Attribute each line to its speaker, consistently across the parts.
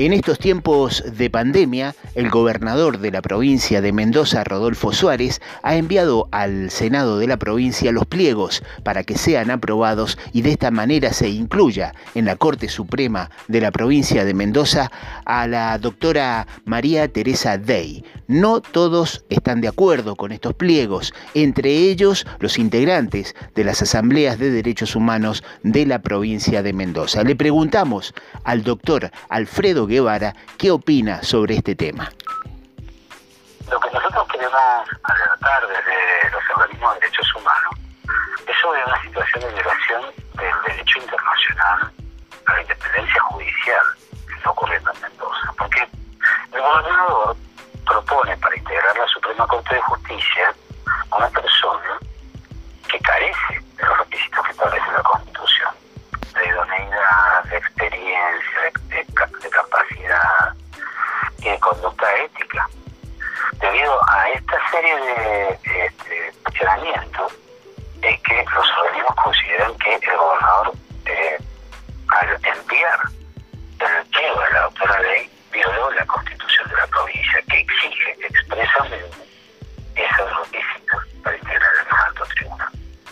Speaker 1: En estos tiempos de pandemia, el gobernador de la provincia de Mendoza, Rodolfo Suárez, ha enviado al Senado de la provincia los pliegos para que sean aprobados y de esta manera se incluya en la Corte Suprema de la provincia de Mendoza a la doctora María Teresa Dey. No todos están de acuerdo con estos pliegos, entre ellos los integrantes de las asambleas de derechos humanos de la provincia de Mendoza. Le preguntamos al doctor Alfredo Guevara qué opina sobre este tema.
Speaker 2: Lo que nosotros queremos alertar desde los organismos de derechos humanos es sobre una situación de violación del derecho internacional a la independencia judicial que está ocurriendo en Mendoza. Porque el gobernador propone para integrar la Suprema Corte de Justicia a una persona que carece de los requisitos que establece la Constitución, de idoneidad, de experiencia, de capacidad y de conducta ética. Debido a esta serie de cuestionamientos, es que los organismos consideran que el gobernador, al enviar el pliego de la doctora Dey, violó la Constitución de la provincia, que exige expresamente esos requisitos para integrar el más alto tribunal.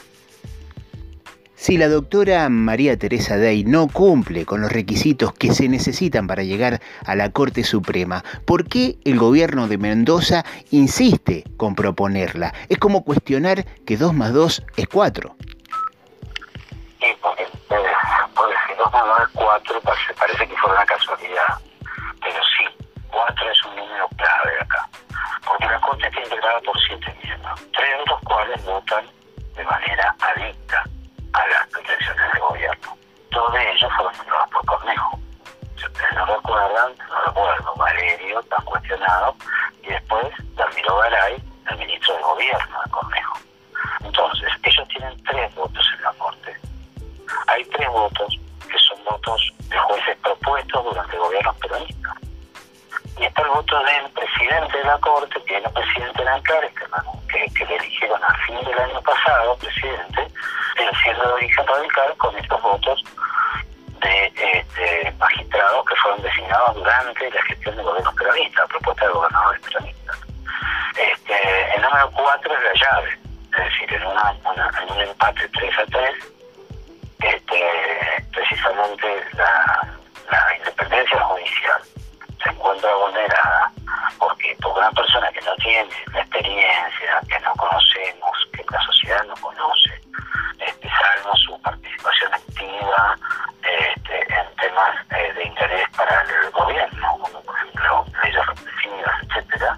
Speaker 1: Si la doctora María Teresa Dey no cumple con los requisitos que se necesitan para llegar a la Corte Suprema, ¿por qué el gobierno de Mendoza insiste con proponerla? Es como cuestionar que 2 más 2 es 4.
Speaker 2: Sí, porque si 2 más 2 es 4, parece que fue una casualidad. Pero sí, 4 es un número clave acá. Porque la Corte está integrada por 7 miembros, 3 de los cuales votan de manera adicta a las pretensiones del gobierno. 2 de ellos fueron nombrados por Cornejo. Si ustedes no recuerdan, Valerio, tan cuestionado, y después Dalmiro Garay, el ministro del gobierno de Cornejo. Entonces, ellos tienen 3 votos en la Corte. Hay 3 votos que son votos de jueces propuestos durante gobiernos peronistas. Y está el voto del presidente de la Corte, que es el presidente Lancares, que le eligieron a fin del año pasado, presidente, siendo de origen radical, con estos votos de magistrados que fueron designados durante la gestión del gobierno peronista, a propuesta de gobernadores peronistas. El número 4 es la llave, es decir, en un empate 3-3, precisamente la independencia judicial se encuentra vulnerada porque por una persona que no tiene la experiencia, que no conocemos, que la sociedad no conoce, salvo su participación activa en temas de interés para el gobierno, como por ejemplo leyes definidas, etcétera,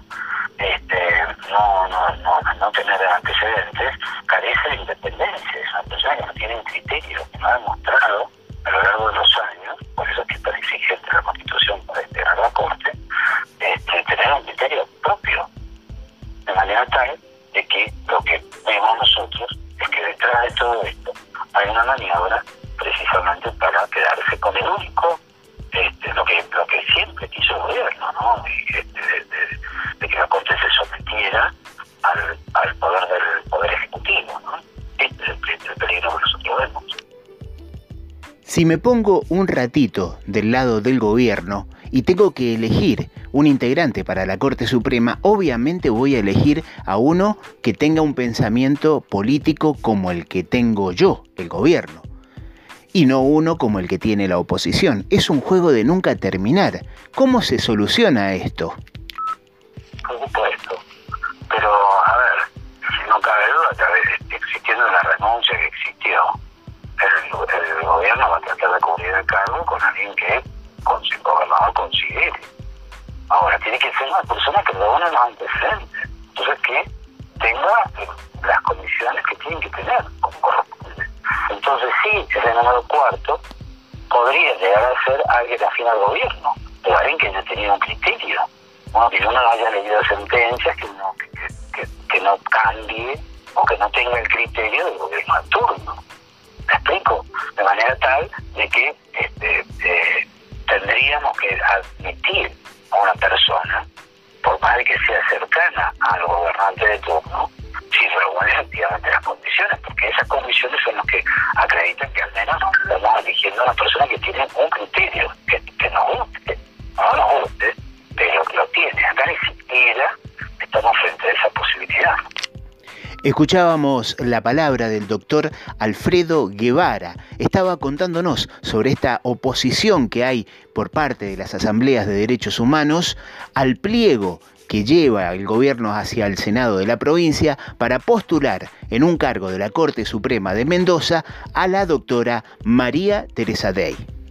Speaker 2: no tener antecedentes, carece de independencia. Es una persona que no tiene un criterio, que no ha demostrado a lo largo de los años, por eso es que es tan exigente la Constitución para integrar la Corte, tener un criterio propio, de manera tal de que lo que vemos nosotros es que detrás de todo esto hay una maniobra precisamente para quedarse con el único, lo que siempre quiso el gobierno, ¿no? De que la Corte se sometiera al poder del Poder Ejecutivo, ¿no? Este es el peligro que nosotros vemos.
Speaker 1: Si me pongo un ratito del lado del gobierno y tengo que elegir un integrante para la Corte Suprema, obviamente voy a elegir a uno que tenga un pensamiento político como el que tengo yo, el gobierno, y no uno como el que tiene la oposición. Es un juego de nunca terminar. ¿Cómo se soluciona esto?
Speaker 2: Por supuesto. Pero, a ver, si no cabe duda, existiendo la renuncia que existió, el gobierno va a tratar de cubrir el cargo con alguien que el gobernador considere. Ahora, tiene que ser una persona que reúna los antecedentes, entonces que tenga las condiciones que tienen que tener, como corresponde. Entonces sí, ese número 4 podría llegar a ser alguien afín al gobierno, pero alguien que haya tenido un criterio, que no haya leído sentencias, que no cambie o que no tenga el criterio del gobierno al turno. ¿Me explico? De manera tal de que tendríamos que admitir a una persona, por más de que sea cercana al gobernante de turno, si reúne efectivamente las condiciones, porque esas condiciones son las que acreditan que al menos estamos eligiendo a una persona que tiene un criterio, que nos guste, ¿no?
Speaker 1: Escuchábamos la palabra del doctor Alfredo Guevara. Estaba contándonos sobre esta oposición que hay por parte de las asambleas de derechos humanos al pliego que lleva el gobierno hacia el Senado de la provincia para postular en un cargo de la Corte Suprema de Mendoza a la doctora María Teresa Dey.